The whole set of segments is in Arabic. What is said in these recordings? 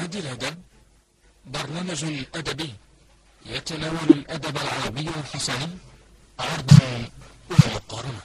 نادي الأدب برنامج أدبي يتناول الأدب العربي والحسني عرضا ومقارنة.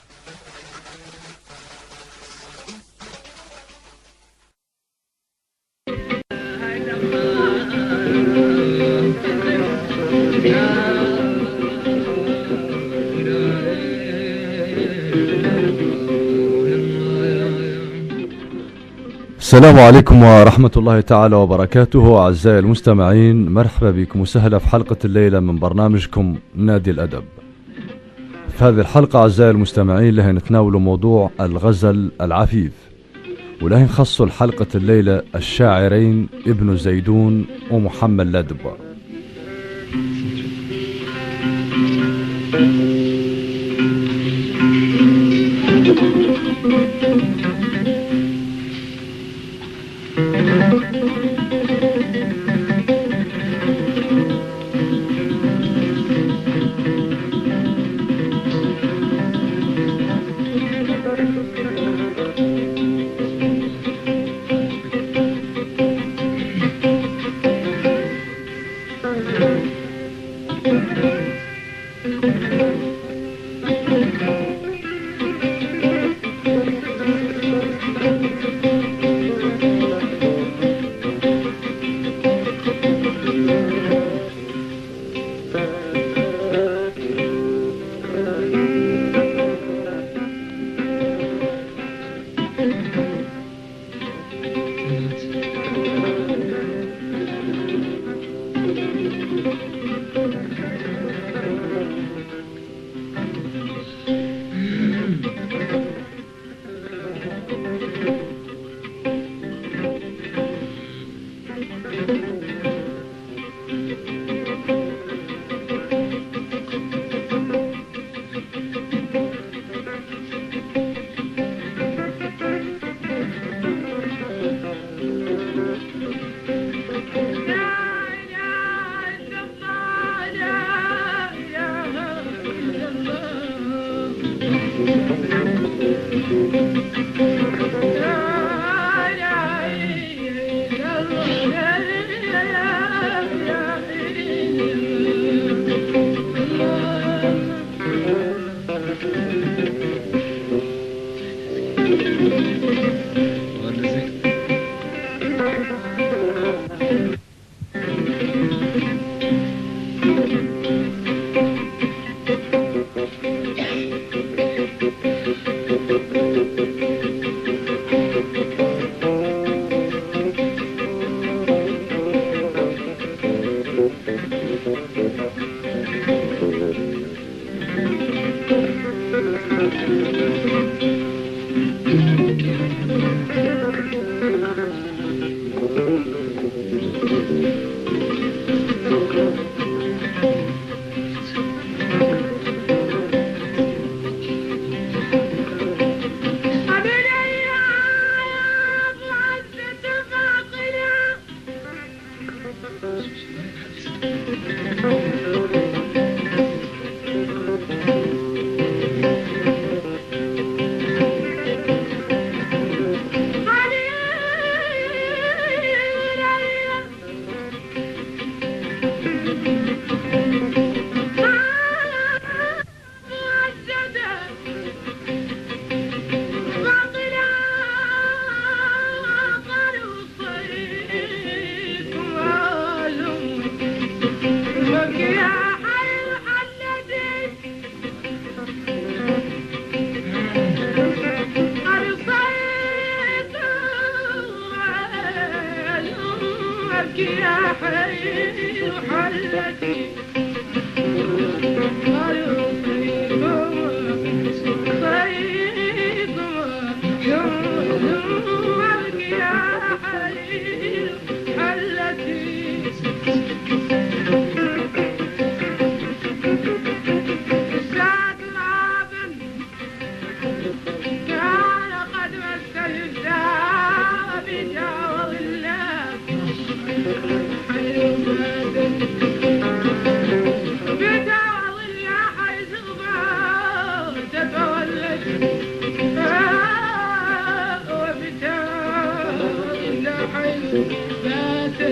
السلام عليكم ورحمة الله تعالى وبركاته. أعزائي المستمعين، مرحبا بكم وسهلا في حلقة الليلة من برنامجكم نادي الأدب. في هذه الحلقة أعزائي المستمعين لها نتناول موضوع الغزل العفيف، وله نخص الحلقة الليلة الشاعرين ابن زيدون ومحمد لدب.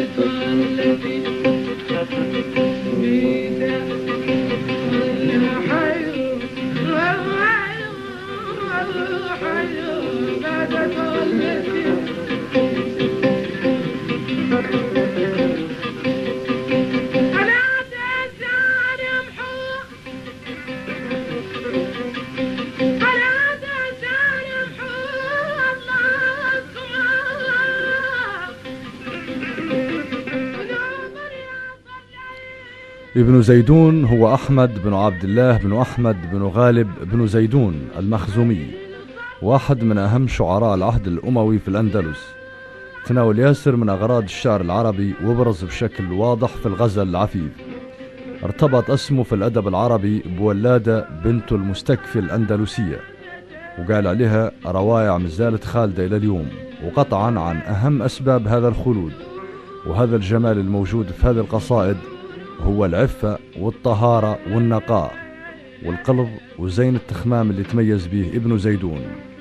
ابن زيدون هو أحمد بن عبد الله بن أحمد بن غالب بن زيدون المخزومي، واحد من أهم شعراء العهد الأموي في الأندلس. تناول ياسر من أغراض الشعر العربي وبرز بشكل واضح في الغزل العفيف. ارتبط اسمه في الأدب العربي بولادة بنت المستكفي الأندلسية، وقال عليها روايع مازالت خالدة إلى اليوم، وقطعا عن أهم أسباب هذا الخلود وهذا الجمال الموجود في هذه القصائد هو العفة والطهارة والنقاء والقلب وزين التخمام اللي تميز به ابن زيدون.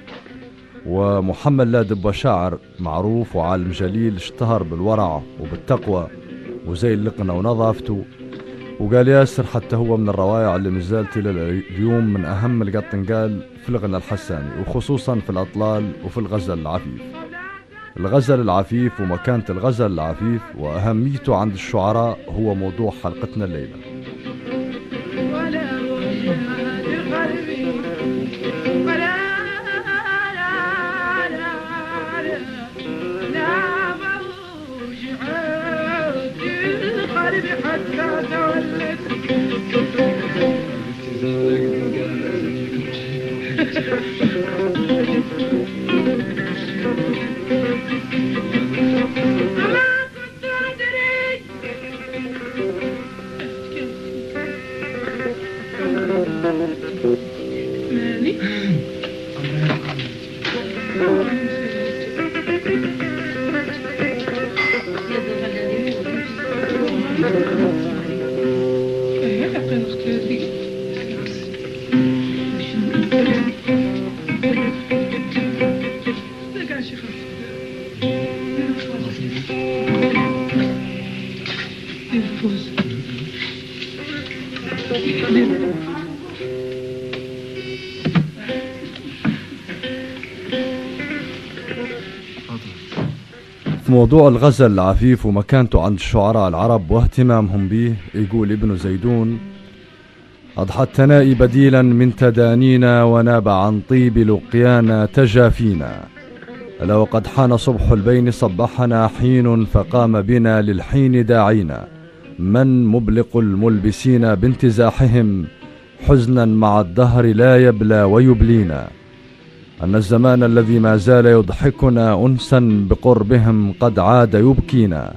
ومحمد لادب وشاعر معروف وعالم جليل اشتهر بالورع وبالتقوى وزي اللقنة ونظافته. وقال ياسر حتى هو من الروايع اللي مازالت إلى اليوم من أهم القطنقال في الغنى الحساني، وخصوصا في الأطلال وفي الغزل العفيف. الغزل العفيف ومكانة الغزل العفيف وأهميته عند الشعراء هو موضوع حلقتنا الليلة. في موضوع الغزل العفيف ومكانته عند الشعراء العرب واهتمامهم به، يقول ابن زيدون: أضحى التنائي بديلا من تدانينا، وناب عن طيب لقيانا تجافينا. ألا وقد حان صبح البين صبحنا حين، فقام بنا للحين داعينا. من مبلق الملبسين بانتزاحهم، حزنا مع الدهر لا يبلى ويبلينا. أن الزمان الذي ما زال يضحكنا أنسا بقربهم قد عاد يبكينا.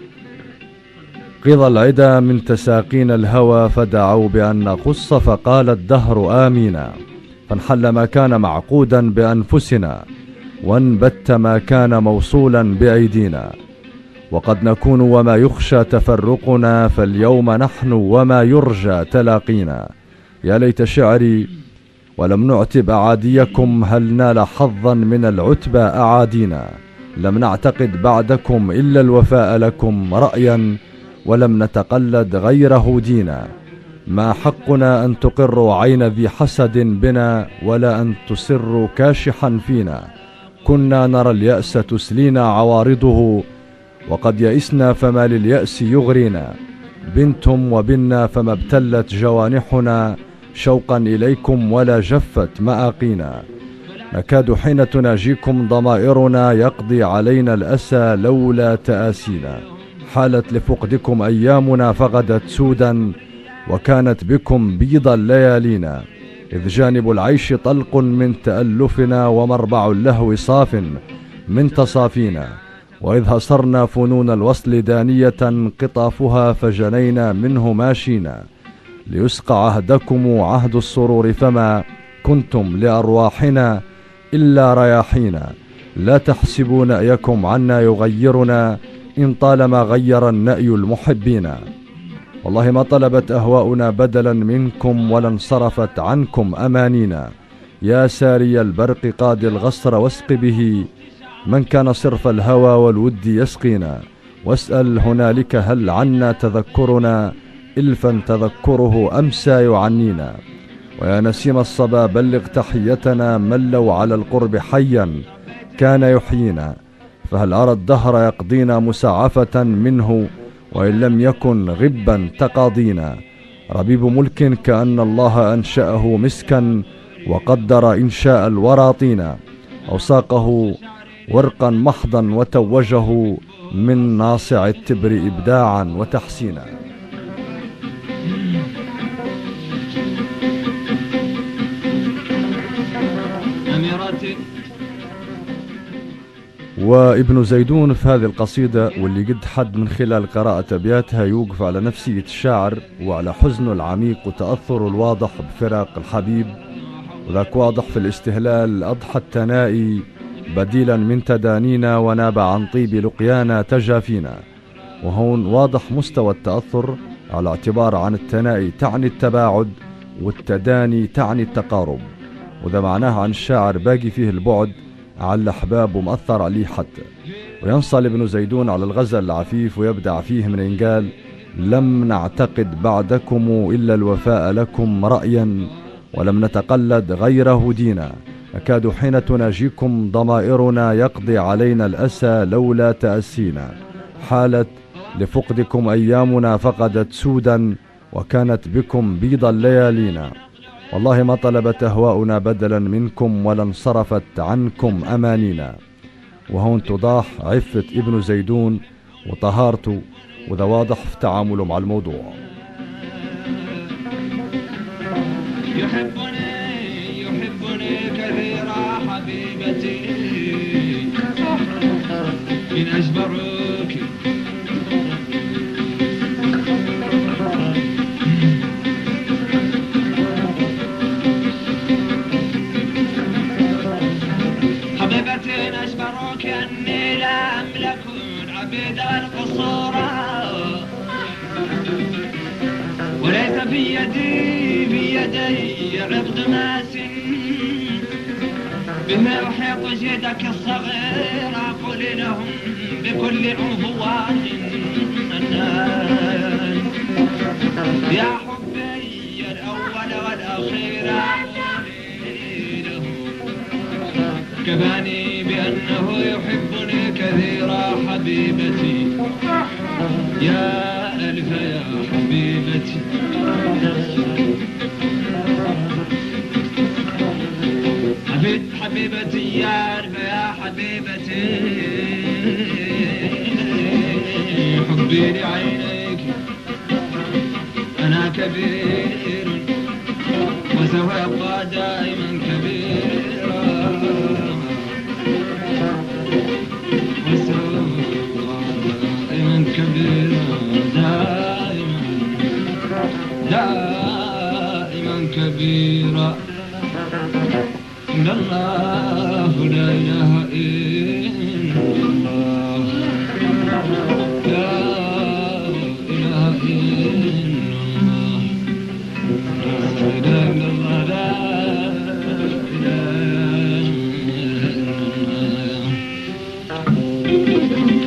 قضى العدا من تساقين الهوى، فدعوا بأن نقص فقال الدهر آمينا. فانحل ما كان معقودا بأنفسنا، وانبت ما كان موصولا بأيدينا. وقد نكون وما يخشى تفرقنا، فاليوم نحن وما يرجى تلاقينا. يا ليت شعري ولم نعتب أعاديكم، هل نال حظا من العتبى أعادينا. لم نعتقد بعدكم إلا الوفاء لكم رأيا، ولم نتقلد غيره دينا. ما حقنا أن تقروا عين ذي حسد بنا، ولا أن تسروا كاشحا فينا. كنا نرى اليأس تسلينا عوارضه، وقد يئسنا فما لليأس يغرينا. بنتم وبنا فما ابتلت جوانحنا، شوقا إليكم ولا جفت مآقينا. نكاد حين تناجيكم ضمائرنا، يقضي علينا الأسى لولا تآسينا. حالت لفقدكم أيامنا فغدت سودا، وكانت بكم بيضا ليالينا. إذ جانب العيش طلق من تألفنا، ومربع اللهو صاف من تصافينا. وإذ هصرنا فنون الوصل دانية، قطافها فجنينا منه ماشينا. ليسقى عهدكم عهد السرور، فما كنتم لأرواحنا إلا رياحينا. لا تحسبوا نأيكم عنا يغيرنا، إن طالما غير النأي المحبين. والله ما طلبت أهواؤنا بدلا منكم، ولا انصرفت عنكم أمانينا. يا ساري البرق قاد الغصر واسق به، من كان صرف الهوى والود يسقينا. واسأل هنالك هل عنا تذكرنا إلفا تذكره أمسى يعنينا. ويا نسيم الصبا بلغ تحيتنا من لو على القرب حيا كان يحيينا. فهل أرى الدهر يقضينا مسعفة منه وإن لم يكن غبا تقاضينا. ربيب ملك كأن الله أنشأه مسكا وقدر إنشاء الورى طينا. أو ساقه ورقا محضا وتوجه من ناصع التبر إبداعا وتحسينا. وابن زيدون في هذه القصيدة واللي قد حد من خلال قراءة أبياتها يوقف على نفسية الشاعر وعلى حزنه العميق وتأثره الواضح بفراق الحبيب، وذاك واضح في الاستهلال أضحى التنائي بديلا من تدانينا وناب عن طيب لقيانا تجافينا. وهون واضح مستوى التأثر على اعتبار عن التنائي تعني التباعد والتداني تعني التقارب، وذا معناه عن الشاعر باقي فيه البعد على الأحباب ومأثر عليه حتى. وينصل ابن زيدون على الغزل العفيف ويبدع فيه من إن قال: لم نعتقد بعدكم إلا الوفاء لكم رأيا ولم نتقلد غيره دينا. أكاد حين تناجيكم ضمائرنا يقضي علينا الأسى لولا تأسينا. حالت لفقدكم أيامنا فقدت سودا وكانت بكم بيضا ليالينا. والله ما طلبت أهواؤنا بدلا منكم ولا انصرفت عنكم أمانينا. وهون تضاح عفة ابن زيدون وطهارته، وذا واضح في تعامله مع الموضوع. يحبني كثيرا حبيبتي من أجبروك حبيبتي أجبروك أني لا أملك عبيد القصور وليس في يدي عقد ماس بما أحيط جيدك الصغير أقول لهم بكل عنفوان يا حبي الأول والأخير أقول لهم كفاني بأنه يحبني كثيرا حبيبتي يا ألف يا حبيبتي حبيبتي يا ألف يا حبيبتي حبي لعينيك أنا كبير وسوف يبقى دائما كبيرا وسوف يبقى دائما كبيرا دائما كبيرا. إن الله لا إله إلا الله لا إله إلا الله لا إله إلا الله لا إله إلا الله.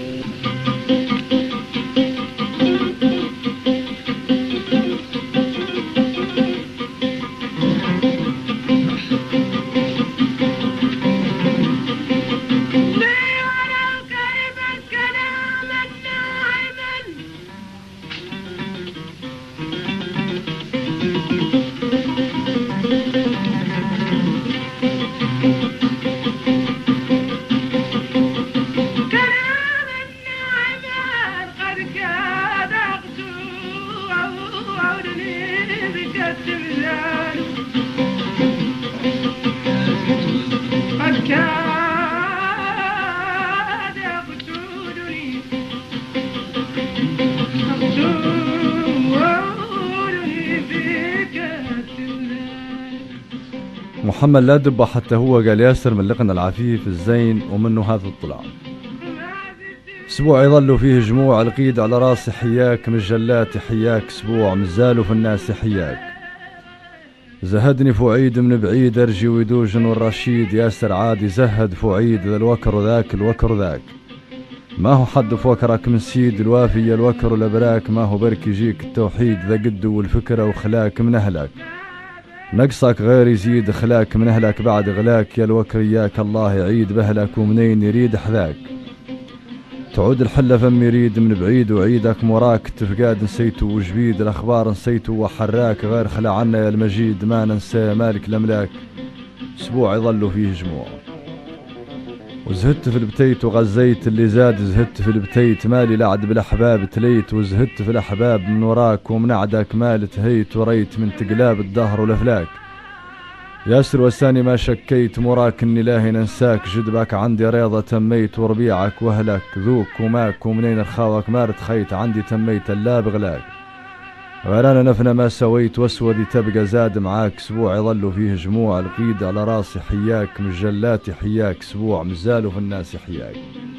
محمد لا دب حتى هو قال ياسر من لقنا العفيف الزين ومنه هذا الطلع. اسبوع يظلوا فيه جموع القيد على راسي حياك، مجلات حياك، اسبوع مزالوا في الناس حياك. زهدني فعيد من بعيد ارجي ويدوجن والرشيد ياسر عادي زهد فعيد ذا الوكر ذاك الوكر ذاك. ما هو حد فوكرك من سيد الوافي يا الوكر والابراك، ما هو برك يجيك التوحيد ذا قده والفكرة وخلاك من اهلك، نقصك غير يزيد خلاك من اهلك بعد غلاك، يا الوكر اياك الله يعيد بهلك ومنين يريد حذاك، تعود الحلة فم يريد من بعيد وعيدك مراك، تفقاد نسيته وجبيد الاخبار نسيته وحراك، غير خلع عنا يا المجيد ما ننسى مالك الاملاك، اسبوع يظلوا فيه جموع. وزهدت في البتيت وغزيت اللي زاد، زهدت في البتيت مالي لعد بالاحباب تليت، وزهدت في الاحباب من وراك ومن عدك مال تهيت، وريت من تقلاب الدهر والافلاك، ياسر والثاني ما شكيت مراك اني لاهي ننساك، جدبك عندي رياضة تميت، وربيعك واهلك ذوك وماك، ومنين رخاوك ما رتخيت عندي تميت لا بغلاك، غير انا نفنا ما سويت، واسودي تبقى زاد معاك، اسبوع يظلوا فيه جموع، القيد على راسي حياك مجلاتي حياك، اسبوع مزالوا في الناس حياك.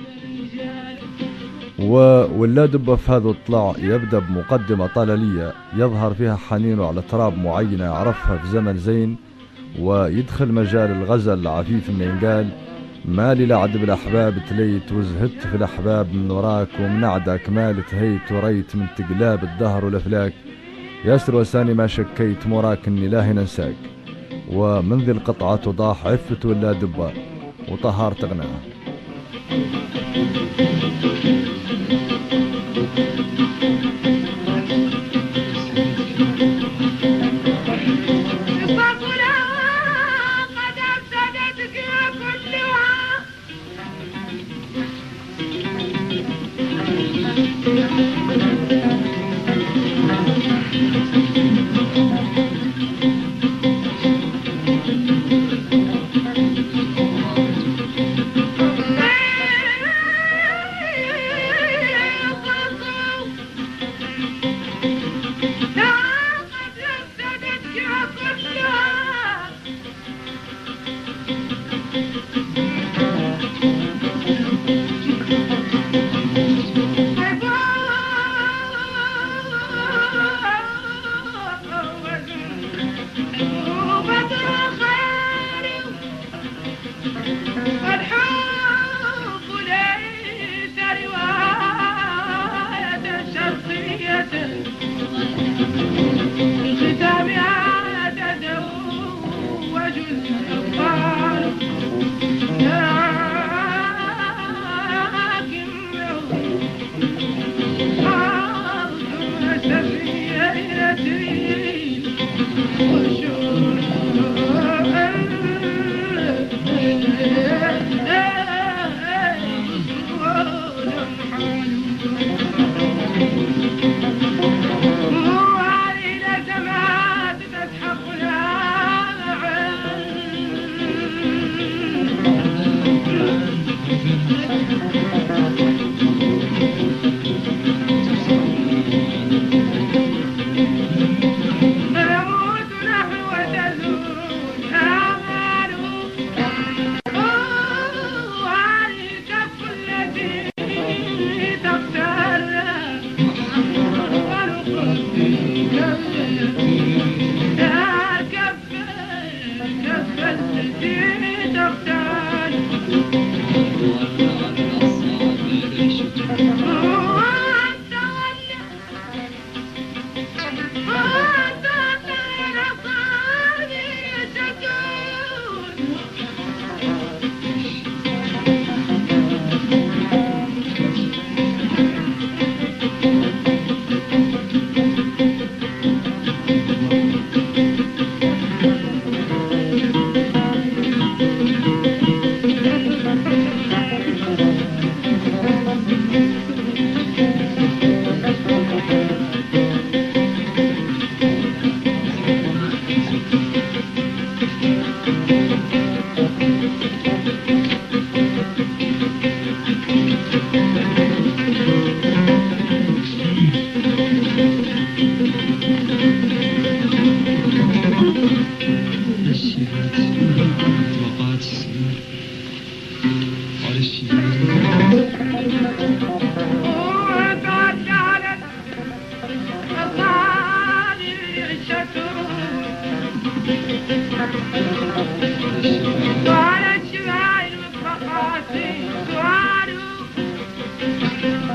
ولا دب في هذا الطلع يبدأ بمقدمة طلالية يظهر فيها حنينه على تراب معينة يعرفها في زمن زين، ويدخل مجال الغزل عفيف من ينقال مالي لعد بالاحباب تليت، وزهدت في الاحباب من وراك ومن عدك مال تهيت، وريت من تقلاب الدهر والافلاك، ياسر وساني ما شكيت مراك اني لاهي ننساك، ومن ذي القطعة تضاح عفت ولا دبا وطهار تغناه.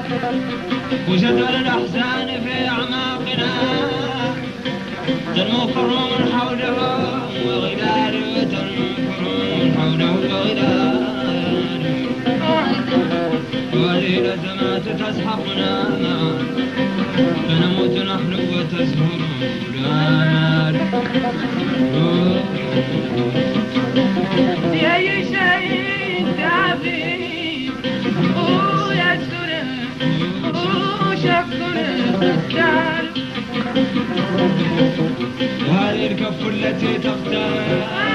وجدول الأحزان في أعماقنا تنمو كروم حوله وغلال تنمو كروم حوله وغلال وليلة ما تسحقنا فنموت نحن وتزهر الآمال بأي شيء تعبي ويسر وشكر تعال وهذه الكف التي تختار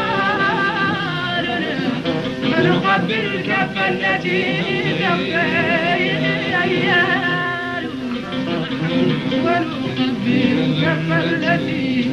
ونقبل الكف التي تغفر ونقبل الكف التي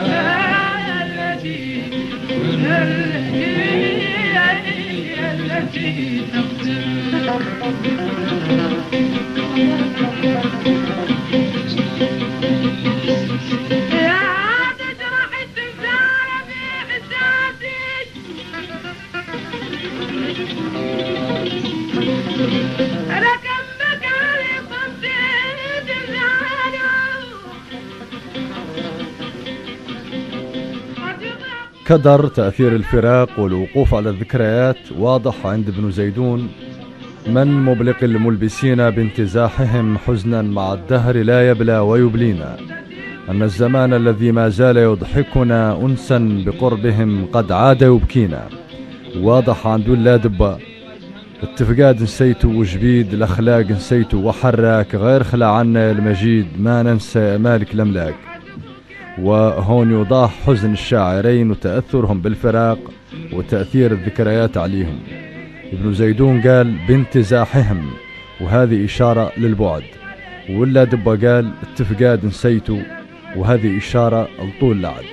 كدر تأثير الفراق والوقوف على الذكريات واضح عند ابن زيدون من مبلق الملبسين بانتزاحهم حزنا مع الدهر لا يبلى ويبلينا أن الزمان الذي ما زال يضحكنا أنسا بقربهم قد عاد يبكينا. واضح عند لا دبا التفقاد نسيت وجبيد الأخلاق نسيت وحراك غير خلع عنا المجيد ما ننسى مالك الأملاك. وهون يوضح حزن الشاعرين وتأثرهم بالفراق وتأثير الذكريات عليهم. ابن زيدون قال بانتزاحهم وهذه إشارة للبعد، ولا دبا قال التفقاد نسيتو وهذه إشارة لطول العد.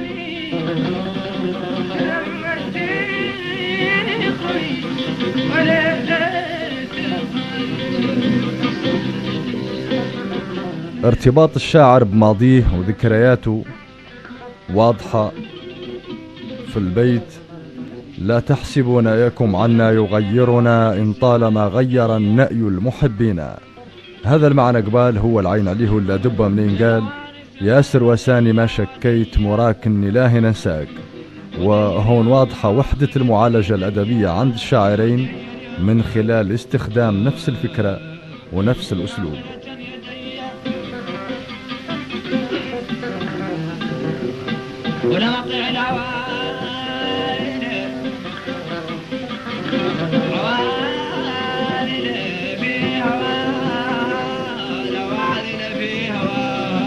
ارتباط الشاعر بماضيه وذكرياته واضحة في البيت: لا تحسبوا نأيكم عنا يغيرنا إن طالما غير النأي المحبين. هذا المعنى قبال هو العين عليه ولا دبا منين قال ياسر وساني ما شكيت مراك إني لاهي ننساك. وهون واضحة وحدة المعالجة الأدبية عند الشاعرين من خلال استخدام نفس الفكرة ونفس الأسلوب. ونقع العوالي في هوا العوالي في هوا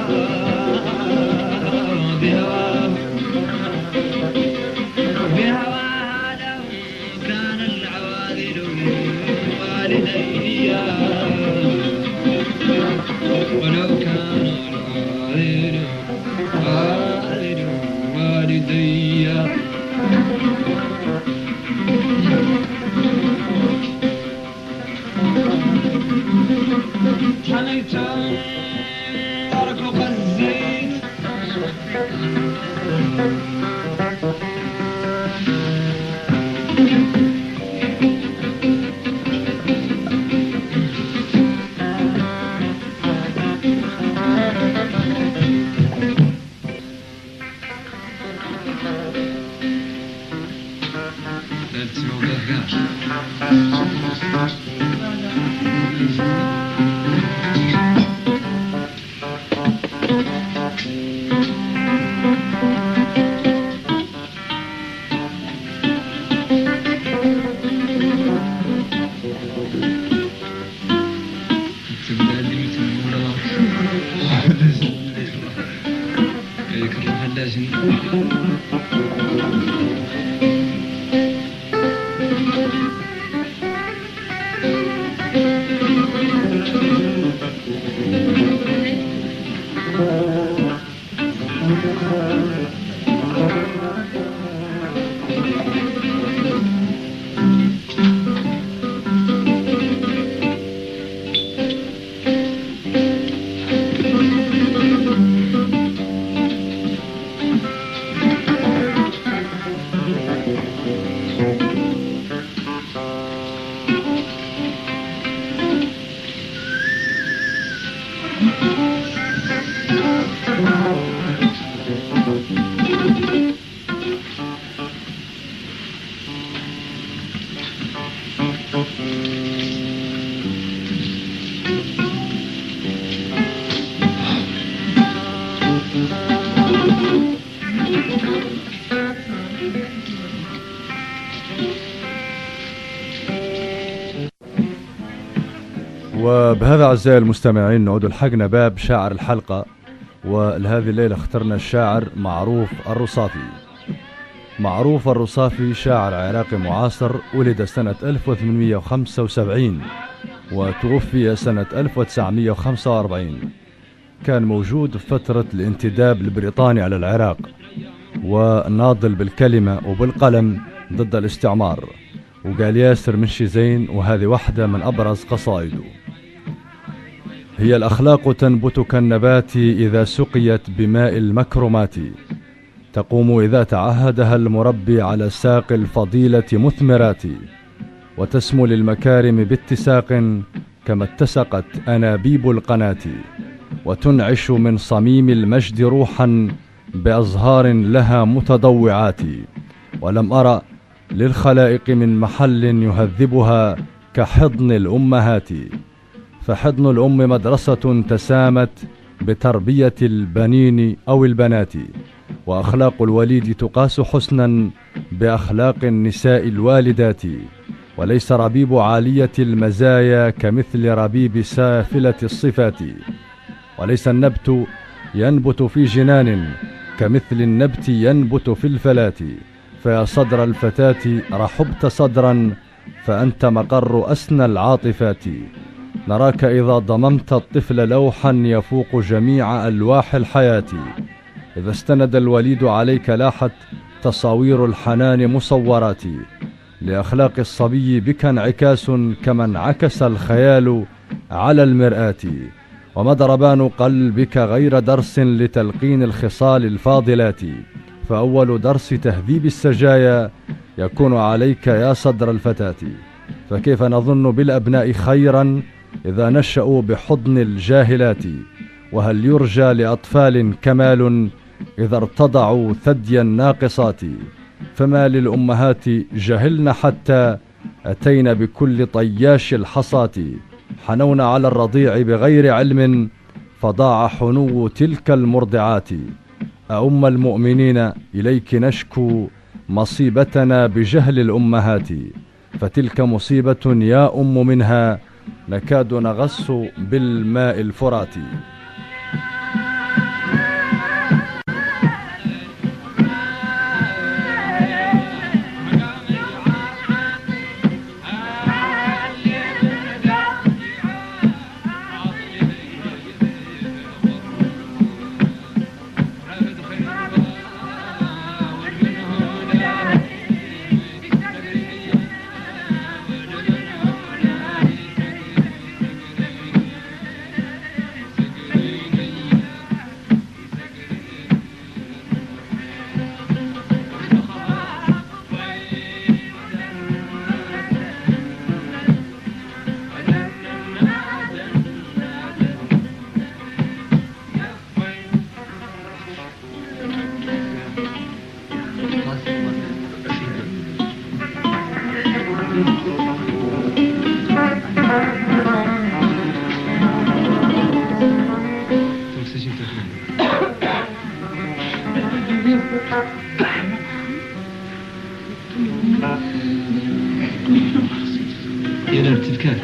بهوا لو كان العوالي والدي ولو كان العوالي والدي حنيت أركب الزيت وبهذا أعزائي المستمعين نعود الحقنا باب شاعر الحلقة، ولهذه الليلة اخترنا الشاعر معروف الرصافي. معروف الرصافي شاعر عراقي معاصر، ولد سنة 1875 وتوفي سنة 1945. كان موجود في فترة الانتداب البريطاني على العراق، وناضل بالكلمة وبالقلم ضد الاستعمار، وقال ياسر من شي زين، وهذه واحدة من أبرز قصائده. هي الأخلاق تنبت كالنبات إذا سقيت بماء المكرمات، تقوم إذا تعهدها المربي على ساق الفضيلة مثمرات، وتسمو للمكارم باتساق كما اتسقت أنابيب القناة، وتنعش من صميم المجد روحا بأزهار لها متضوعات. ولم أرى للخلائق من محل يهذبها كحضن الأمهات، فحضن الأم مدرسة تسامت بتربية البنين أو البنات، وأخلاق الوليد تقاس حسنا بأخلاق النساء الوالدات، وليس ربيب عالية المزايا كمثل ربيب سافلة الصفات، وليس النبت ينبت في جنان كمثل النبت ينبت في الفلات، فيا صدر الفتاة رحبت صدرا فأنت مقر أسنى العاطفات، نراك إذا ضممت الطفل لوحا يفوق جميع ألواح الحياة، إذا استند الوليد عليك لاحت تصاوير الحنان مصورات، لأخلاق الصبي بك انعكاس كما انعكس الخيال على المرآة، ومضربان قلبك غير درس لتلقين الخصال الفاضلات، فأول درس تهذيب السجايا يكون عليك يا صدر الفتاة، فكيف نظن بالأبناء خيرا إذا نشأوا بحضن الجاهلات، وهل يرجى لأطفال كمال إذا ارتضعوا ثدي الناقصات، فما للأمهات جهلن حتى أتينا بكل طياش الحصاة، حنون على الرضيع بغير علم فضاع حنو تلك المرضعات، أم المؤمنين إليك نشكو مصيبتنا بجهل الأمهات، فتلك مصيبة يا أم منها نكاد نغص بالماء الفرات. يا ارتبكات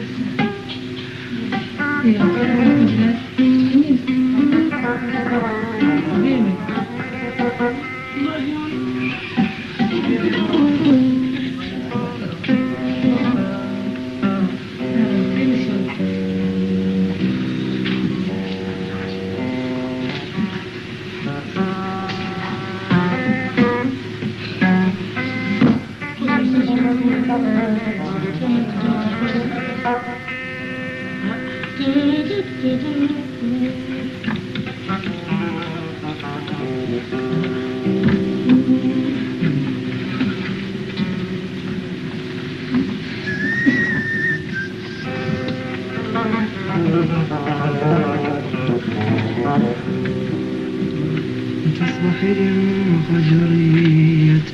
تصبح فجرية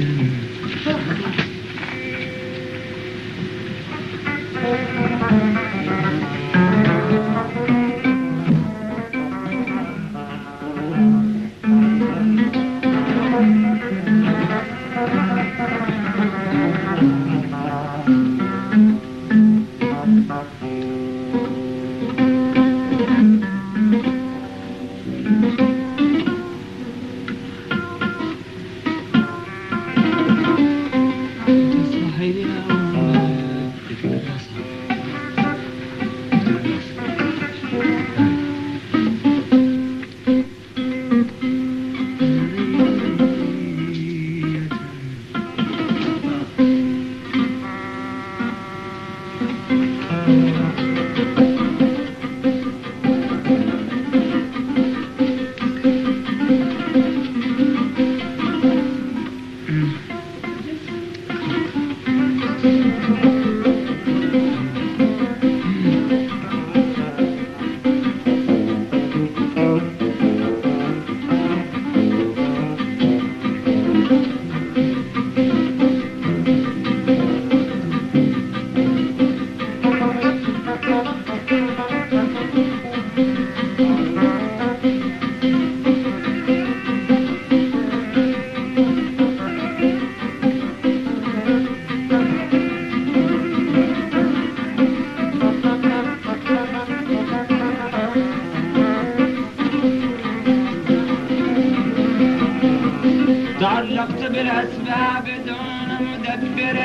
بالأسباب دون مدبر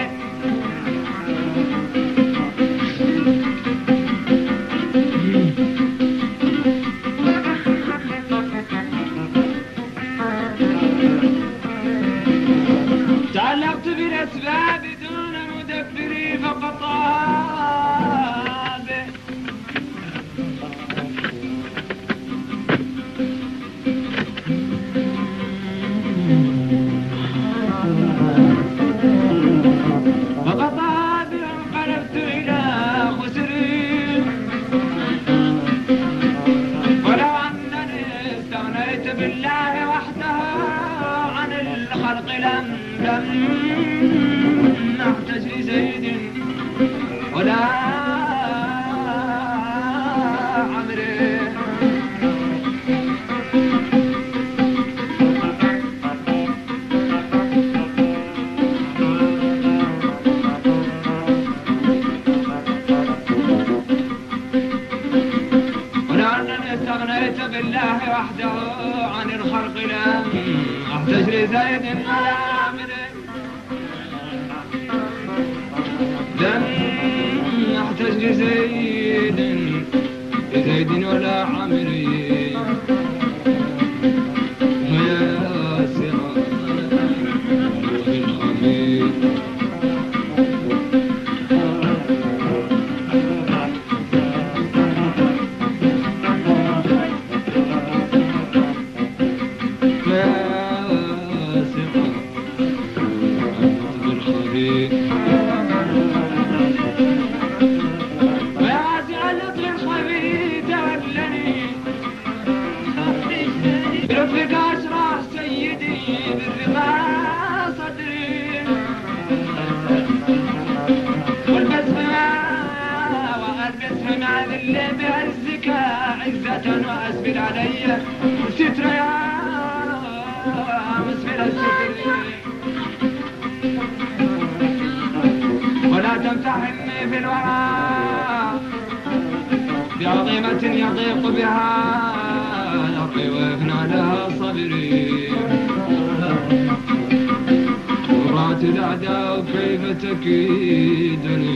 تعلقت بالأسباب دون مدبر فقطاب انقلبت إلى خسري ولو أنني استغنيت بالله وحده عن الخلق لم أحتج لزيد ولا عمري استغنيت بالله وحده عن الخلق لم أحتج لزيد ولا عمري لم أحتج لزيد ولا عمري يا سراج الخفيف بعزك عزة وأسبل علي ستر يا مسبل الستر ولا تمتحني في الورى بعظيمة يضيق بها نقي ويفنى لها صبري ورات الأعداء كيف تكيدني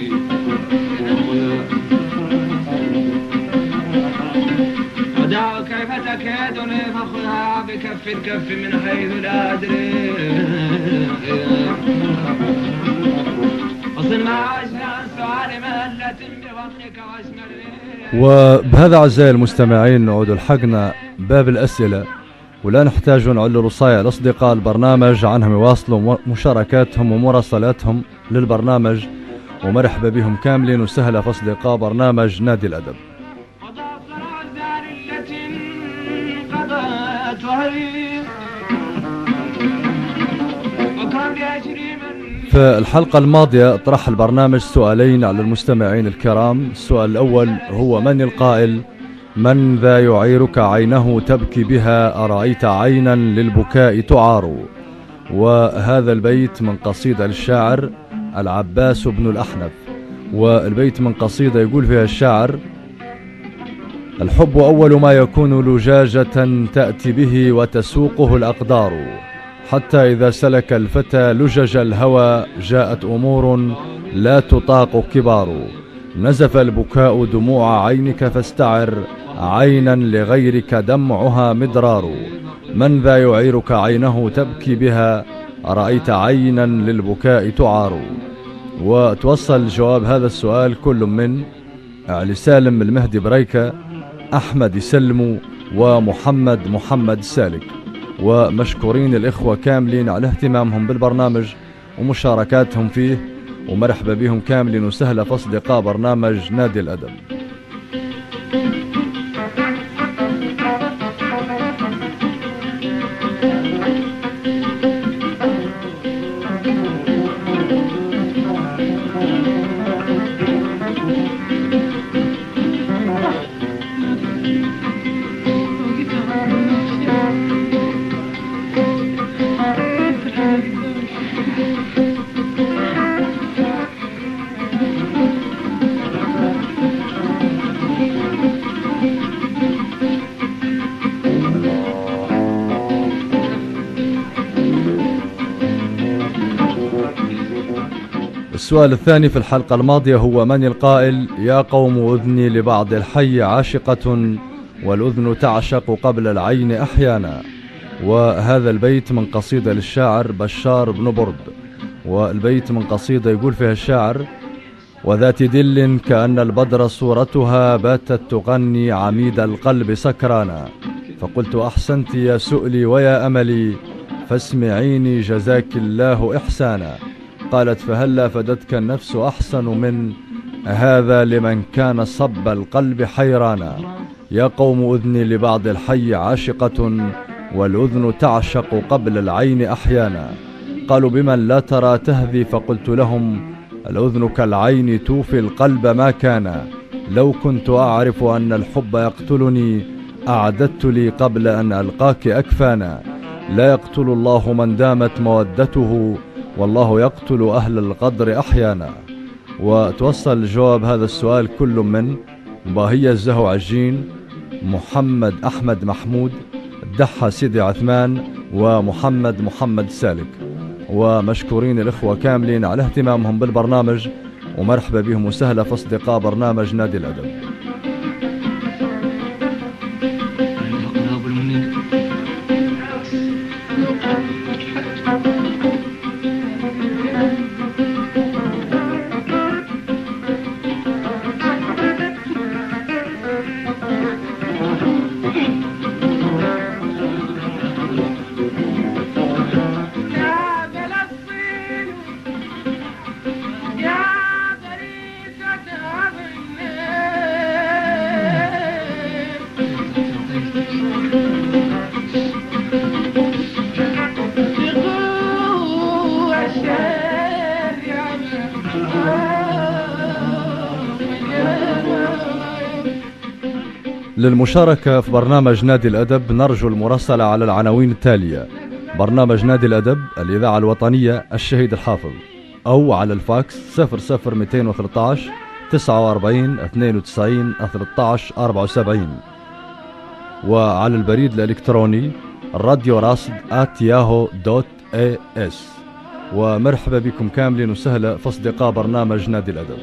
كيف تكيدني فخذها بكف الكف من حيث لا أدري وصل مع وجه السؤال مهلة بوجهك واشمل وبهذا أعزائي المستمعين نعود لحقنا باب الأسئلة، ولا نحتاج نعلل وصايا الأصدقاء البرنامج عنهم يواصلوا مشاركاتهم ومراسلاتهم للبرنامج، ومرحبا بهم كاملين وسهلا في أصدقاء برنامج نادي الأدب. في الحلقة الماضية طرح البرنامج سؤالين على المستمعين الكرام. السؤال الأول هو: من القائل؟ من ذا يعيرك عينه تبكي بها أرأيت عينا للبكاء تعار؟ وهذا البيت من قصيدة للشاعر العباس بن الأحنف، والبيت من قصيدة يقول فيها الشاعر: الحب أول ما يكون لجاجة تأتي به وتسوقه الأقدار، حتى إذا سلك الفتى لجج الهوى جاءت أمور لا تطاق كبار، نزف البكاء دموع عينك فاستعر عينا لغيرك دمعها مدرار، من ذا يعيرك عينه تبكي بها أرأيت عينا للبكاء تعار. وتوصل جواب هذا السؤال كل من علي سالم المهدي بريكة، أحمد يسلموا، ومحمد سالك. ومشكورين الإخوة كاملين على اهتمامهم بالبرنامج ومشاركاتهم فيه، ومرحبا بهم كاملين وسهلا في أصدقاء برنامج نادي الأدب. السؤال الثاني في الحلقة الماضية هو: من القائل يا قوم أذني لبعض الحي عاشقة والأذن تعشق قبل العين أحيانا؟ وهذا البيت من قصيدة للشاعر بشار بن برد، والبيت من قصيدة يقول فيها الشاعر: وذات دل كأن البدر صورتها باتت تغني عميد القلب سكرانا، فقلت أحسنت يا سؤلي ويا أملي فاسمعيني جزاك الله إحسانا. قالت: فهلا فدتك النفس أحسن من هذا لمن كان صب القلب حيرانا. يا قوم أذني لبعض الحي عاشقة والأذن تعشق قبل العين أحيانا. قالوا: بمن لا ترى تهذي؟ فقلت لهم: الأذن كالعين توفي القلب ما كان. لو كنت أعرف أن الحب يقتلني أعددت لي قبل أن ألقاك أكفانا. لا يقتل الله من دامت مودته والله يقتل أهل القدر أحيانا. وتوصل جواب هذا السؤال كل من باهية الزهو عجين، محمد أحمد محمود، دحى سيدي عثمان، ومحمد سالك. ومشكورين الإخوة كاملين على اهتمامهم بالبرنامج، ومرحبا بهم وسهلا في أصدقاء برنامج نادي الأدب. للمشاركة في برنامج نادي الأدب نرجو المراسلة على العناوين التالية: برنامج نادي الأدب الإذاعة الوطنية الشهيد الحافظ، أو على الفاكس 00213 49 92 13 74، وعلى البريد الإلكتروني راديو راصد @yahoo.es. ومرحبا بكم كاملين وسهلا في أصدقاء برنامج نادي الأدب.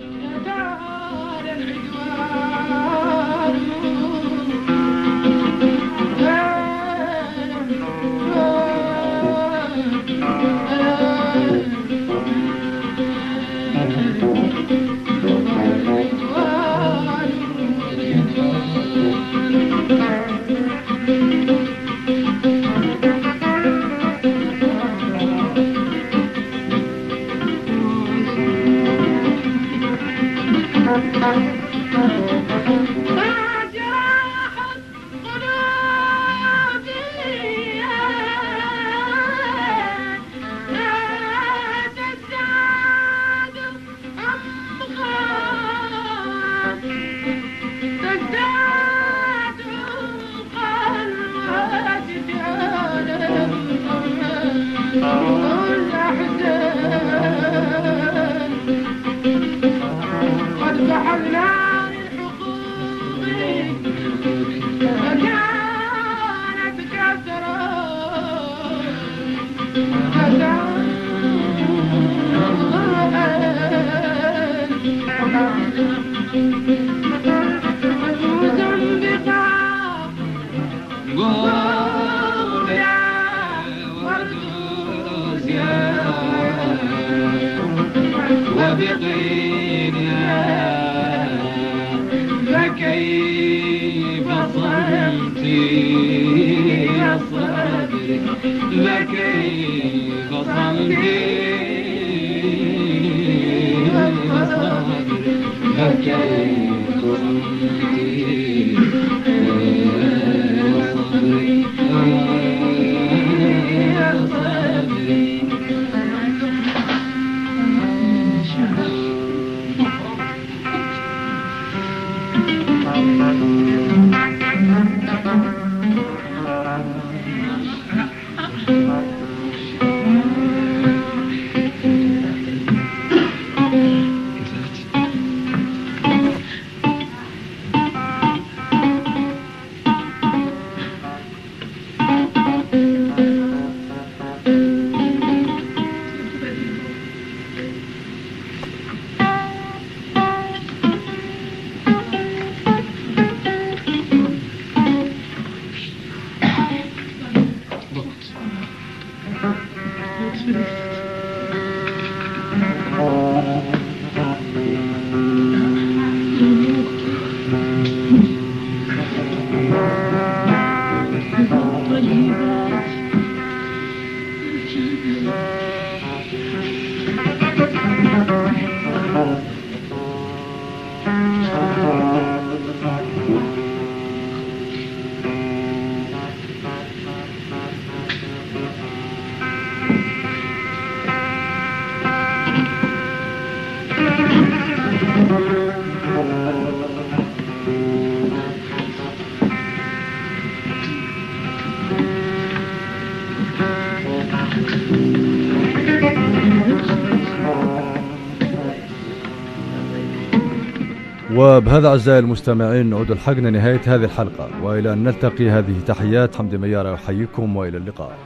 وبهذا أعزائي المستمعين نعود الحق لنهاية هذه الحلقة، وإلى أن نلتقي هذه تحيات حمدي ميارة يحييكم، وإلى اللقاء.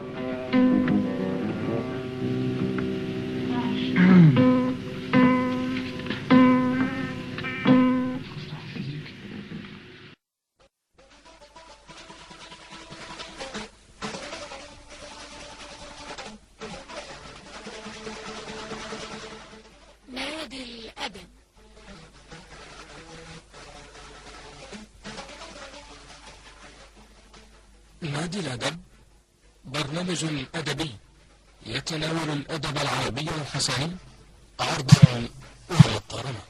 نادي الأدب. نادي الأدب برنامج أدبي يتناول الأدب العربي الحسني عرضا ومقارنة.